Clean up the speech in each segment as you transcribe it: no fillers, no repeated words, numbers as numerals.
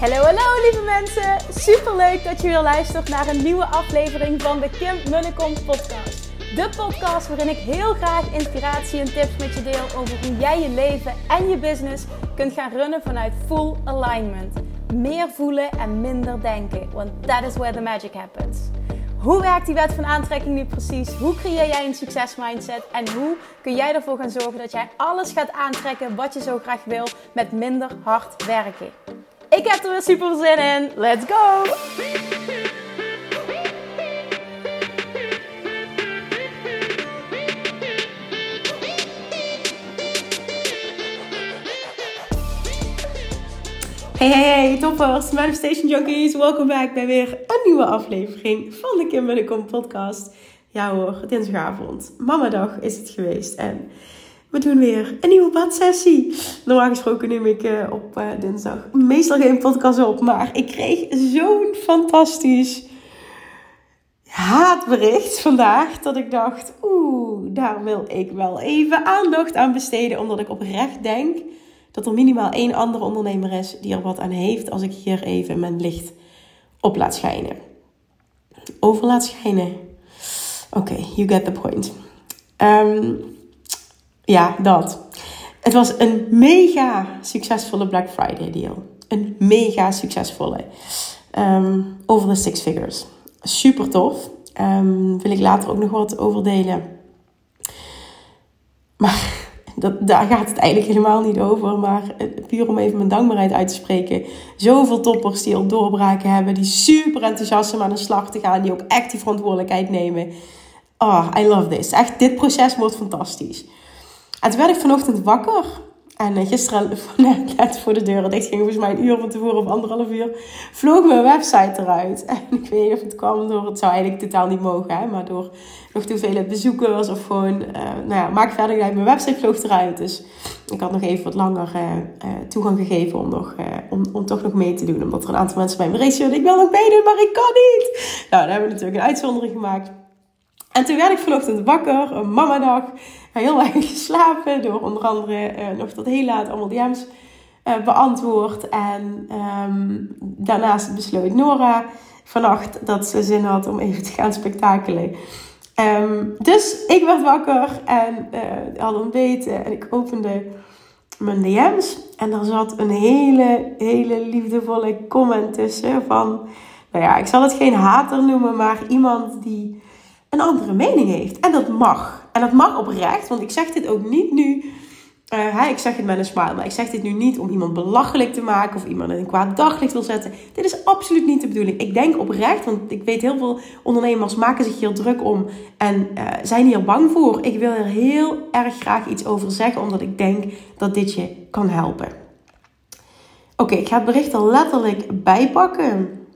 Hallo lieve mensen, superleuk dat je weer luistert naar een nieuwe aflevering van de Kim Munnekom podcast. De podcast waarin ik heel graag inspiratie en tips met je deel over hoe jij je leven en je business kunt gaan runnen vanuit full alignment. Meer voelen en minder denken, want that is where the magic happens. Hoe werkt die wet van aantrekking nu precies? Hoe creëer jij een succesmindset? En hoe kun jij ervoor gaan zorgen dat jij alles gaat aantrekken wat je zo graag wil met minder hard werken? Ik heb er weer super zin in. Let's go! Hey toppers, Manifestation Junkies. Welkom back bij weer een nieuwe aflevering van de Kim Munnekom podcast. Ja hoor, dinsdagavond. Mamadag is het geweest en we doen weer een nieuwe badsessie. Normaal gesproken neem ik op dinsdag meestal geen podcast op. Maar ik kreeg zo'n fantastisch haatbericht vandaag. Dat ik dacht, daar wil ik wel even aandacht aan besteden. Omdat ik oprecht denk dat er minimaal 1 andere ondernemer is die er wat aan heeft. Als ik hier even mijn licht op laat schijnen. Over laat schijnen. Oké, you get the point. Ja, dat. Het was een mega succesvolle Black Friday deal. Een mega succesvolle. Over de 6 figures. Super tof. Wil ik later ook nog wat over delen. Maar daar gaat het eigenlijk helemaal niet over. Maar puur om even mijn dankbaarheid uit te spreken. Zoveel toppers die al doorbraken hebben. Die super enthousiast zijn aan de slag te gaan. Die ook echt die verantwoordelijkheid nemen. Oh, I love this. Echt, dit proces wordt fantastisch. En toen werd ik vanochtend wakker. En gisteren, net voor de deur, dicht ging volgens mij 1 uur van tevoren of 1,5 uur, vloog mijn website eruit. En ik weet niet of het kwam door, het zou eigenlijk totaal niet mogen, hè, maar door nog te veel bezoekers of gewoon, maak verder, mijn website vloog eruit. Dus ik had nog even wat langer toegang gegeven om toch nog mee te doen. Omdat er een aantal mensen bij me reageerden, ik wil nog meedoen, maar ik kan niet. Nou, daar hebben we natuurlijk een uitzondering gemaakt. En toen werd ik vanochtend wakker, een mamadag, heel weinig geslapen, door onder andere nog tot heel laat allemaal DM's beantwoord. En daarnaast besloot Nora vannacht dat ze zin had om even te gaan spektakelen. Dus ik werd wakker en had ontbeten en ik opende mijn DM's. En daar zat een hele liefdevolle comment tussen van, ik zal het geen hater noemen, maar iemand die een andere mening heeft. En dat mag. En dat mag oprecht, want ik zeg dit ook niet nu. Ik zeg het met een smile, maar ik zeg dit nu niet om iemand belachelijk te maken of iemand in een kwaad daglicht wil zetten. Dit is absoluut niet de bedoeling. Ik denk oprecht, want ik weet heel veel ondernemers maken zich hier druk om en zijn hier bang voor. Ik wil er heel erg graag iets over zeggen, omdat ik denk dat dit je kan helpen. Oké, ik ga het bericht er letterlijk bijpakken.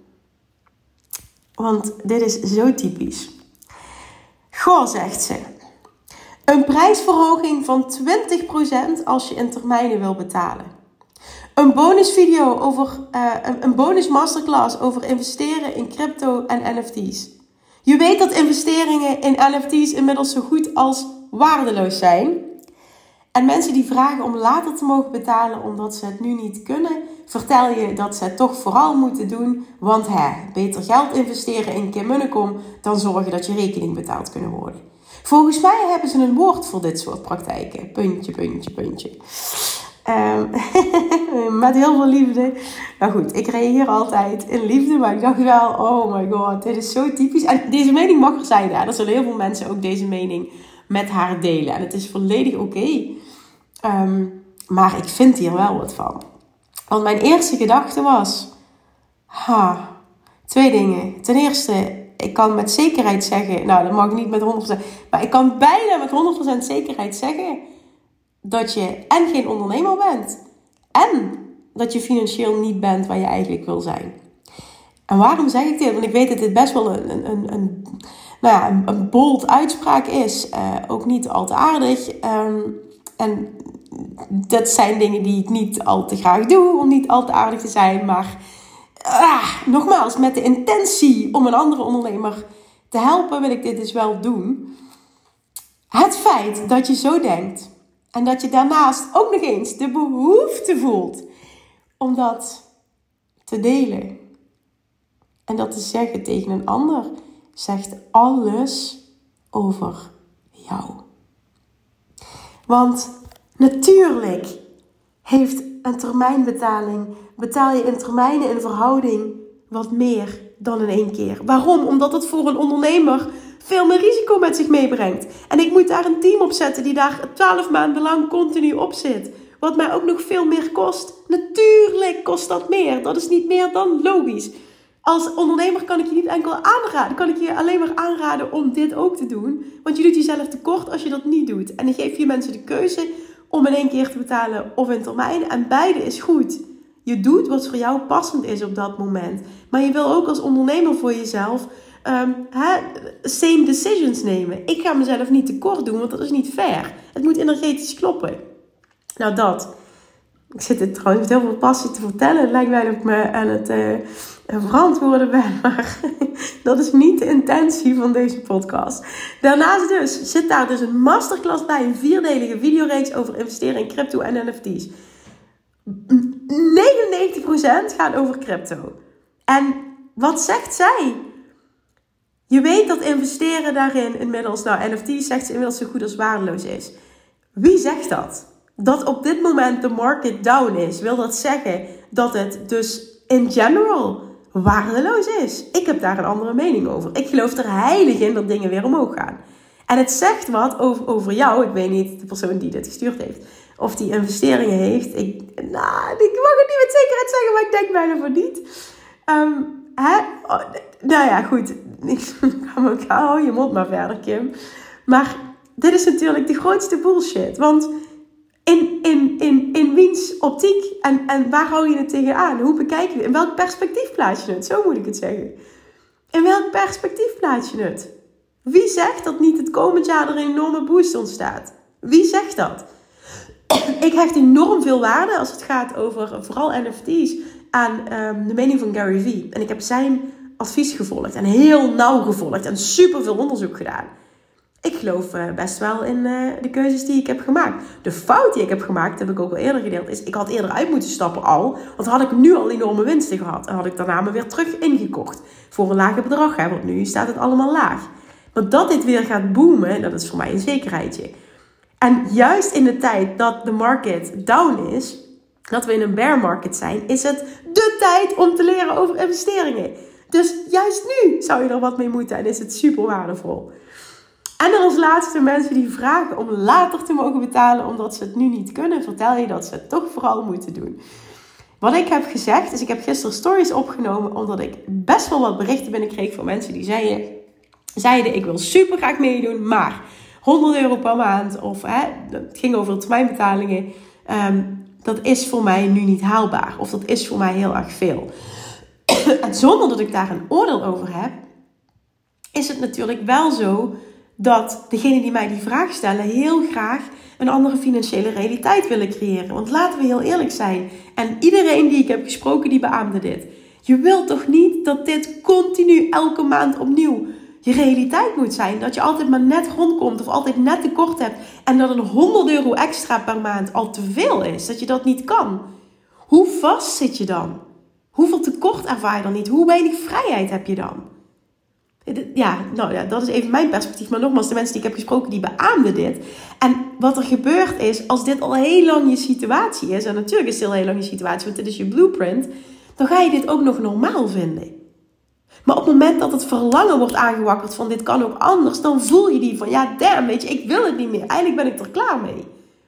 Want dit is zo typisch. Goh, zegt ze. Een prijsverhoging van 20% als je in termijnen wil betalen. Een bonusvideo over een bonus masterclass over investeren in crypto en NFT's. Je weet dat investeringen in NFT's inmiddels zo goed als waardeloos zijn. En mensen die vragen om later te mogen betalen omdat ze het nu niet kunnen, vertel je dat ze het toch vooral moeten doen. Want beter geld investeren in Kim Munnekom dan zorgen dat je rekening betaald kunnen worden. Volgens mij hebben ze een woord voor dit soort praktijken. Puntje. Met heel veel liefde. Nou goed, ik reageer altijd in liefde. Maar ik dacht wel, oh my god, dit is zo typisch. En deze mening mag er zijn. Er zullen heel veel mensen ook deze mening met haar delen. En het is volledig oké. Maar ik vind hier wel wat van. Want mijn eerste gedachte was, 2 dingen. Ten eerste, ik kan met zekerheid zeggen, dat mag ik niet met 100%, maar ik kan bijna met 100% zekerheid zeggen dat je en geen ondernemer bent en dat je financieel niet bent waar je eigenlijk wil zijn. En waarom zeg ik dit? Want ik weet dat dit best wel een bold uitspraak is. Ook niet al te aardig. En dat zijn dingen die ik niet al te graag doe om niet al te aardig te zijn. Maar nogmaals, met de intentie om een andere ondernemer te helpen, wil ik dit dus wel doen. Het feit dat je zo denkt en dat je daarnaast ook nog eens de behoefte voelt om dat te delen. En dat te zeggen tegen een ander zegt alles over jou. Want natuurlijk heeft een termijnbetaling, betaal je in termijnen in verhouding wat meer dan in 1 keer. Waarom? Omdat het voor een ondernemer veel meer risico met zich meebrengt. En ik moet daar een team op zetten die daar 12 maanden lang continu op zit. Wat mij ook nog veel meer kost. Natuurlijk kost dat meer. Dat is niet meer dan logisch. Als ondernemer kan ik je niet enkel aanraden. Kan ik je alleen maar aanraden om dit ook te doen. Want je doet jezelf tekort als je dat niet doet. En dan geef je mensen de keuze om in 1 keer te betalen of in termijn. En beide is goed. Je doet wat voor jou passend is op dat moment. Maar je wil ook als ondernemer voor jezelf same decisions nemen. Ik ga mezelf niet tekort doen, want dat is niet fair. Het moet energetisch kloppen. Nou dat. Ik zit dit trouwens met heel veel passie te vertellen. Het lijkt mij dat ik me aan het verantwoorden ben. Maar dat is niet de intentie van deze podcast. Daarnaast dus zit daar dus een masterclass bij. Een 4-delige videoreeks over investeren in crypto en NFT's. 99% gaat over crypto. En wat zegt zij? Je weet dat investeren daarin inmiddels, NFT's zegt ze inmiddels zo goed als waardeloos is. Wie zegt dat? Dat op dit moment de market down is. Wil dat zeggen dat het dus in general waardeloos is? Ik heb daar een andere mening over. Ik geloof er heilig in dat dingen weer omhoog gaan. En het zegt wat over jou. Ik weet niet de persoon die dit gestuurd heeft. Of die investeringen heeft. Ik mag het niet met zekerheid zeggen, maar ik denk bijna voor niet. Nou ja, goed. Hou je mond maar verder, Kim. Maar dit is natuurlijk de grootste bullshit. Want in wiens optiek en waar hou je het tegenaan? Hoe bekijk je het? In welk perspectief plaats je het? Zo moet ik het zeggen. In welk perspectief plaats je het? Wie zegt dat niet het komend jaar er een enorme boost ontstaat? Wie zegt dat? Ik hecht enorm veel waarde als het gaat over vooral NFT's aan de mening van Gary Vee. En ik heb zijn advies gevolgd en heel nauw gevolgd en super veel onderzoek gedaan. Ik geloof best wel in de keuzes die ik heb gemaakt. De fout die ik heb gemaakt, heb ik ook al eerder gedeeld, is ik had eerder uit moeten stappen al. Want dan had ik nu al enorme winsten gehad. En had ik daarna me weer terug ingekocht. Voor een lager bedrag, hè, want nu staat het allemaal laag. Maar dat dit weer gaat boomen, dat is voor mij een zekerheidje. En juist in de tijd dat de market down is, dat we in een bear market zijn, is het de tijd om te leren over investeringen. Dus juist nu zou je er wat mee moeten en is het super waardevol. En dan als laatste mensen die vragen om later te mogen betalen omdat ze het nu niet kunnen, vertel je dat ze het toch vooral moeten doen. Wat ik heb gezegd is, ik heb gisteren stories opgenomen omdat ik best wel wat berichten binnenkreeg van mensen die zeiden ik wil super graag meedoen, maar €100 per maand of het ging over termijnbetalingen, dat is voor mij nu niet haalbaar of dat is voor mij heel erg veel. En zonder dat ik daar een oordeel over heb, is het natuurlijk wel zo dat degenen die mij die vraag stellen heel graag een andere financiële realiteit willen creëren. Want laten we heel eerlijk zijn. En iedereen die ik heb gesproken, die beaamde dit. Je wilt toch niet dat dit continu elke maand opnieuw je realiteit moet zijn? Dat je altijd maar net rondkomt of altijd net tekort hebt. En dat een €100 extra per maand al te veel is. Dat je dat niet kan. Hoe vast zit je dan? Hoeveel tekort ervaar je dan niet? Hoe weinig vrijheid heb je dan? Ja, dat is even mijn perspectief. Maar nogmaals, de mensen die ik heb gesproken, die beaamden dit. En wat er gebeurt is, als dit al heel lang je situatie is, en natuurlijk is dit al heel lang je situatie, want dit is je blueprint, dan ga je dit ook nog normaal vinden. Maar op het moment dat het verlangen wordt aangewakkerd van dit kan ook anders, dan voel je die van, ja damn, weet je, ik wil het niet meer. Eigenlijk ben ik er klaar mee.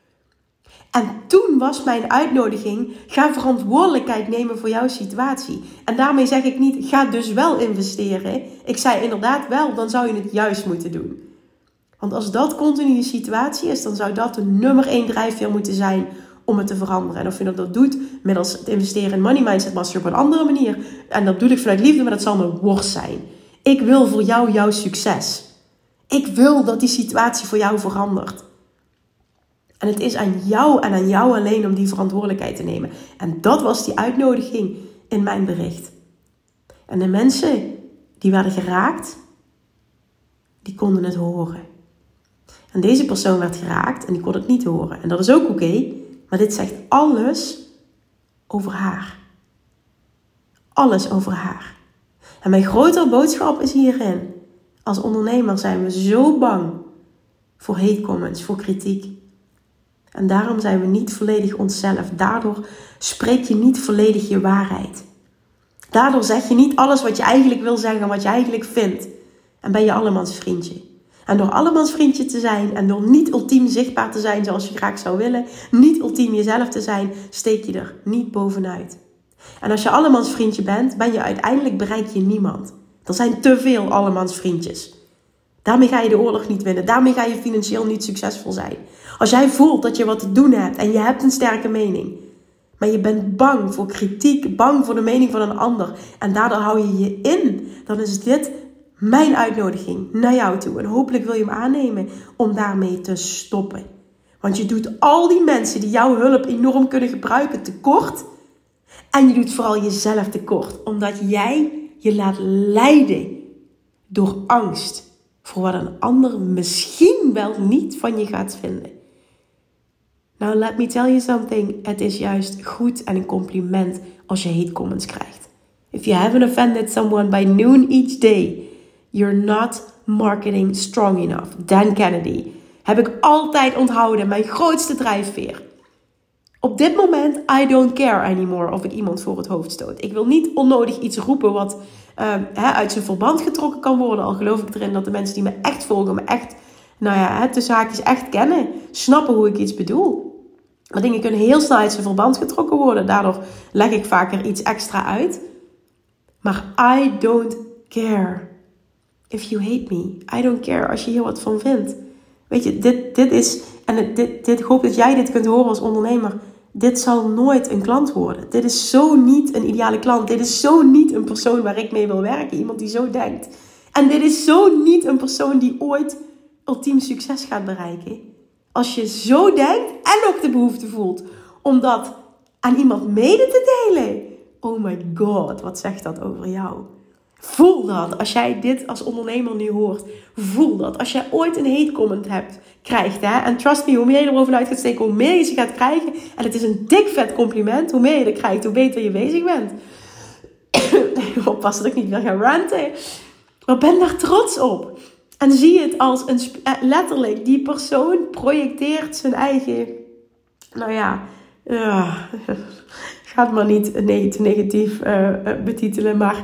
En toen was mijn uitnodiging, ga verantwoordelijkheid nemen voor jouw situatie. En daarmee zeg ik niet, ga dus wel investeren. Ik zei inderdaad wel, dan zou je het juist moeten doen. Want als dat continu je situatie is, dan zou dat de nummer 1 drijfveer moeten zijn om het te veranderen. En of je dat doet middels het investeren in Money Mindset Mastery op een andere manier. En dat doe ik vanuit liefde, maar dat zal mijn worst zijn. Ik wil voor jou jouw succes. Ik wil dat die situatie voor jou verandert. En het is aan jou en aan jou alleen om die verantwoordelijkheid te nemen. En dat was die uitnodiging in mijn bericht. En de mensen die werden geraakt, die konden het horen. En deze persoon werd geraakt en die kon het niet horen. En dat is ook oké, maar dit zegt alles over haar. alles over haar. En mijn grotere boodschap is hierin. Als ondernemer zijn we zo bang voor hate comments, voor kritiek. En daarom zijn we niet volledig onszelf. Daardoor spreek je niet volledig je waarheid. Daardoor zeg je niet alles wat je eigenlijk wil zeggen, wat je eigenlijk vindt. En ben je allemans vriendje. En door allemans vriendje te zijn en door niet ultiem zichtbaar te zijn zoals je graag zou willen, niet ultiem jezelf te zijn, steek je er niet bovenuit. En als je allemans vriendje bent, bereik je niemand. Er zijn te veel allemans vriendjes. Daarmee ga je de oorlog niet winnen. Daarmee ga je financieel niet succesvol zijn. Als jij voelt dat je wat te doen hebt en je hebt een sterke mening, maar je bent bang voor kritiek, bang voor de mening van een ander en daardoor hou je je in, dan is dit mijn uitnodiging naar jou toe. En hopelijk wil je hem aannemen om daarmee te stoppen. Want je doet al die mensen die jouw hulp enorm kunnen gebruiken tekort. En je doet vooral jezelf tekort. Omdat jij je laat leiden door angst voor wat een ander misschien wel niet van je gaat vinden. Nou, let me tell you something. Het is juist goed en een compliment als je hate comments krijgt. If you haven't offended someone by noon each day, you're not marketing strong enough. Dan Kennedy. Heb ik altijd onthouden. Mijn grootste drijfveer. Op dit moment, I don't care anymore of ik iemand voor het hoofd stoot. Ik wil niet onnodig iets roepen wat uit zijn verband getrokken kan worden. Al geloof ik erin dat de mensen die me echt volgen, me echt, tussen haakjes echt kennen, snappen hoe ik iets bedoel. Maar dingen kunnen heel snel uit zijn verband getrokken worden. Daardoor leg ik vaker iets extra uit. Maar I don't care. If you hate me, I don't care als je hier wat van vindt. Weet je, dit is, en ik hoop dat jij dit kunt horen als ondernemer. Dit zal nooit een klant worden. Dit is zo niet een ideale klant. Dit is zo niet een persoon waar ik mee wil werken. Iemand die zo denkt. En dit is zo niet een persoon die ooit ultiem succes gaat bereiken. Als je zo denkt en ook de behoefte voelt om dat aan iemand mede te delen. Oh my god, wat zegt dat over jou? Voel dat. Als jij dit als ondernemer nu hoort, voel dat. Als jij ooit een hate comment krijgt, en trust me, hoe meer je erover uit gaat steken, hoe meer je ze gaat krijgen. En het is een dik vet compliment. Hoe meer je er krijgt, hoe beter je bezig bent. Oppas dat ik niet weer ga ranten. Maar ben daar trots op. En zie het als letterlijk, die persoon projecteert zijn eigen, ga het maar niet te negatief betitelen, maar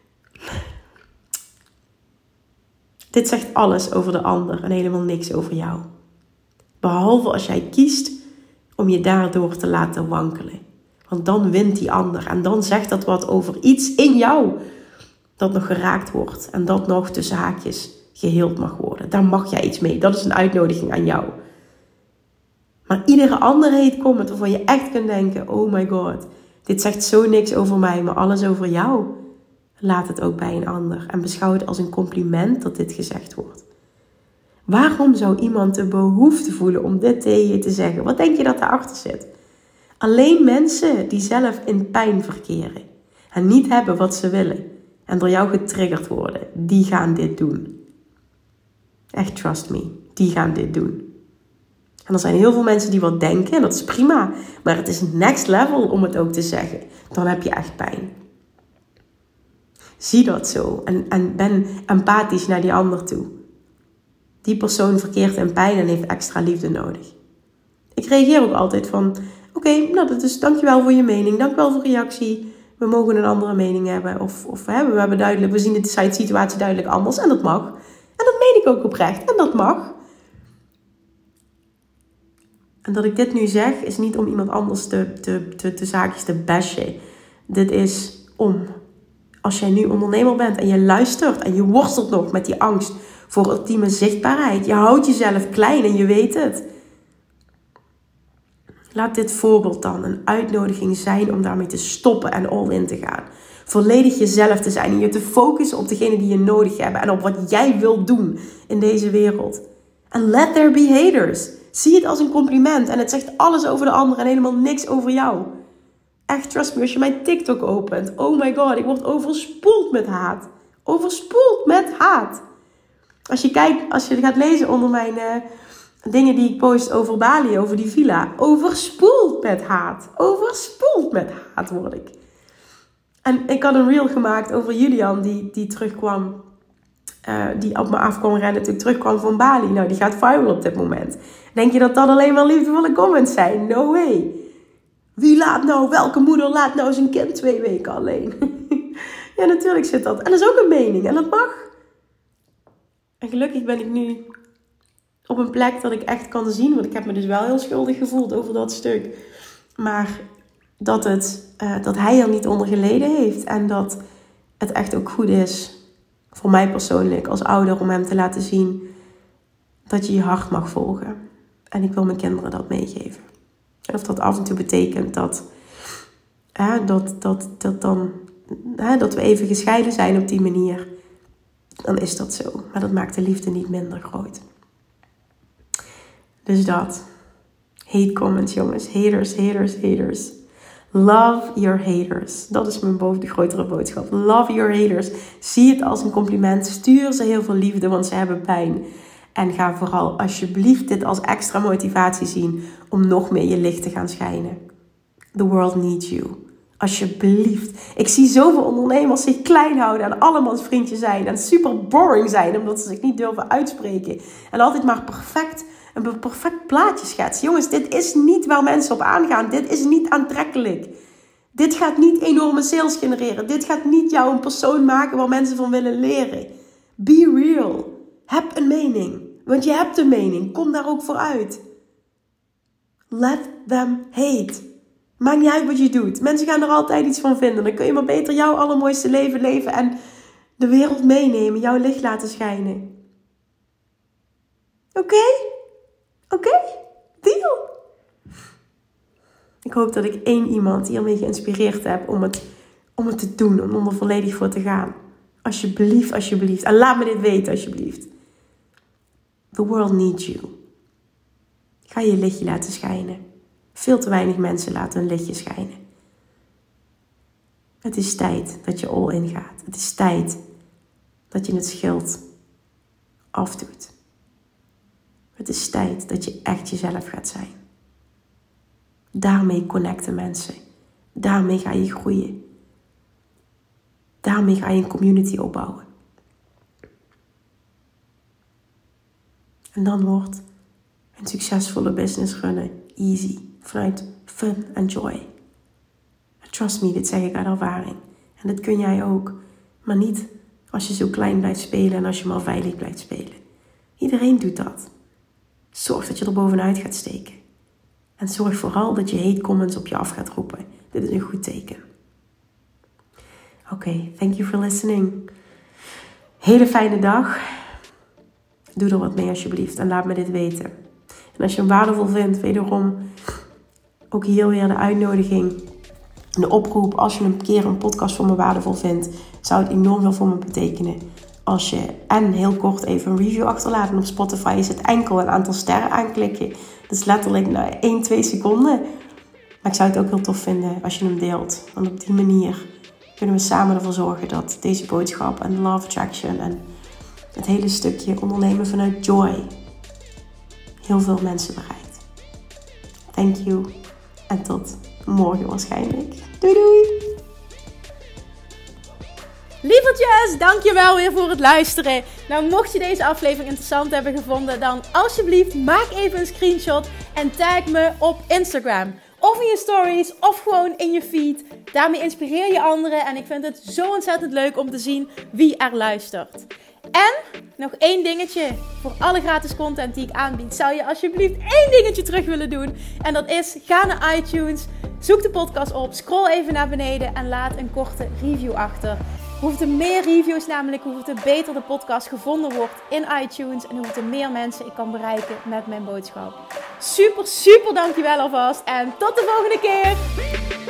dit zegt alles over de ander en helemaal niks over jou. Behalve als jij kiest om je daardoor te laten wankelen. Want dan wint die ander en dan zegt dat wat over iets in jou dat nog geraakt wordt en dat nog tussen haakjes geheeld mag worden. Daar mag jij iets mee. Dat is een uitnodiging aan jou. Maar iedere andere hate comment waarvan je echt kunt denken, oh my god, dit zegt zo niks over mij, maar alles over jou. Laat het ook bij een ander en beschouw het als een compliment dat dit gezegd wordt. Waarom zou iemand de behoefte voelen om dit tegen je te zeggen? Wat denk je dat daarachter zit? Alleen mensen die zelf in pijn verkeren en niet hebben wat ze willen en door jou getriggerd worden, die gaan dit doen. Echt, trust me, die gaan dit doen. En er zijn heel veel mensen die wat denken en dat is prima, maar het is next level om het ook te zeggen. Dan heb je echt pijn. Zie dat zo en ben empathisch naar die ander toe. Die persoon verkeert in pijn en heeft extra liefde nodig. Ik reageer ook altijd van, oké, dat is dankjewel voor je mening, dankjewel voor reactie. We mogen een andere mening hebben we zien de situatie duidelijk anders en dat mag. En dat meen ik ook oprecht en dat mag. En dat ik dit nu zeg is niet om iemand anders te zaakjes te bashen. Dit is om, als jij nu ondernemer bent en je luistert en je worstelt nog met die angst voor ultieme zichtbaarheid. Je houdt jezelf klein en je weet het. Laat dit voorbeeld dan een uitnodiging zijn om daarmee te stoppen en all in te gaan. Volledig jezelf te zijn en je te focussen op degene die je nodig hebben en op wat jij wilt doen in deze wereld. En let there be haters. Zie het als een compliment en het zegt alles over de ander en helemaal niks over jou. Echt, trust me, als je mijn TikTok opent, oh my god, ik word overspoeld met haat. Overspoeld met haat. Als je gaat lezen onder mijn dingen die ik post over Bali, over die villa. Overspoeld met haat. Overspoeld met haat word ik. En ik had een reel gemaakt over Julian die terugkwam. Die op me afkwam rennen toen ik terugkwam van Bali. Nou, die gaat viral op dit moment. Denk je dat dat alleen maar liefdevolle comments zijn? No way. Welke moeder laat nou zijn kind 2 weken alleen? Ja, natuurlijk zit dat. En dat is ook een mening. En dat mag. En gelukkig ben ik nu op een plek dat ik echt kan zien. Want ik heb me dus wel heel schuldig gevoeld over dat stuk. Maar dat hij er niet onder geleden heeft. En dat het echt ook goed is voor mij persoonlijk als ouder om hem te laten zien dat je je hart mag volgen. En ik wil mijn kinderen dat meegeven. En of dat af en toe betekent dat we even gescheiden zijn op die manier, dan is dat zo. Maar dat maakt de liefde niet minder groot. Dus dat. Hate comments, jongens. Haters, haters, haters. Love your haters. Dat is mijn grotere boodschap. Love your haters. Zie het als een compliment. Stuur ze heel veel liefde, want ze hebben pijn. En ga vooral alsjeblieft dit als extra motivatie zien om nog meer je licht te gaan schijnen. The world needs you. Alsjeblieft. Ik zie zoveel ondernemers zich klein houden en allemans vriendje zijn. En super boring zijn omdat ze zich niet durven uitspreken. En altijd maar een perfect plaatje schetsen. Jongens, dit is niet waar mensen op aangaan. Dit is niet aantrekkelijk. Dit gaat niet enorme sales genereren. Dit gaat niet jou een persoon maken waar mensen van willen leren. Be real. Heb een mening. Want je hebt een mening. Kom daar ook voor uit. Let them hate. Maakt niet uit wat je doet. Mensen gaan er altijd iets van vinden. Dan kun je maar beter jouw allermooiste leven leven en de wereld meenemen. Jouw licht laten schijnen. Oké? Deal? Ik hoop dat ik 1 iemand hiermee geïnspireerd heb om het te doen. Om er volledig voor te gaan. Alsjeblieft. En laat me dit weten, alsjeblieft. The world needs you. Ga je lichtje laten schijnen. Veel te weinig mensen laten hun lichtje schijnen. Het is tijd dat je all in gaat. Het is tijd dat je het schild afdoet. Het is tijd dat je echt jezelf gaat zijn. Daarmee connecten mensen. Daarmee ga je groeien. Daarmee ga je een community opbouwen. En dan wordt een succesvolle business runnen easy. Vanuit fun en joy. Trust me, dit zeg ik uit ervaring. En dat kun jij ook. Maar niet als je zo klein blijft spelen en als je maar veilig blijft spelen. Iedereen doet dat. Zorg dat je er bovenuit gaat steken. En zorg vooral dat je hate comments op je af gaat roepen. Dit is een goed teken. Oké, thank you for listening. Hele fijne dag. Doe er wat mee alsjeblieft en laat me dit weten. En als je hem waardevol vindt, wederom ook hier weer de uitnodiging. De oproep, als je een keer een podcast voor me waardevol vindt, zou het enorm veel voor me betekenen. Als je heel kort even een review achterlaat. En op Spotify is het enkel een aantal sterren aanklikken. Dat is letterlijk 1-2 seconden. Maar ik zou het ook heel tof vinden als je hem deelt. Want op die manier kunnen we samen ervoor zorgen dat deze boodschap en Law of Attraction en het hele stukje ondernemen vanuit joy heel veel mensen bereikt. Thank you. En tot morgen waarschijnlijk. Doei doei! Lievertjes, dankjewel weer voor het luisteren. Nou, mocht je deze aflevering interessant hebben gevonden, dan alsjeblieft maak even een screenshot en tag me op Instagram. Of in je stories, of gewoon in je feed. Daarmee inspireer je anderen en ik vind het zo ontzettend leuk om te zien wie er luistert. En nog 1 dingetje. Voor alle gratis content die ik aanbied, zou je alsjeblieft 1 dingetje terug willen doen. En dat is, ga naar iTunes, zoek de podcast op, scroll even naar beneden en laat een korte review achter. Hoe te meer reviews namelijk, hoe te beter de podcast gevonden wordt in iTunes. En hoe te meer mensen ik kan bereiken met mijn boodschap. Super dankjewel alvast. En tot de volgende keer.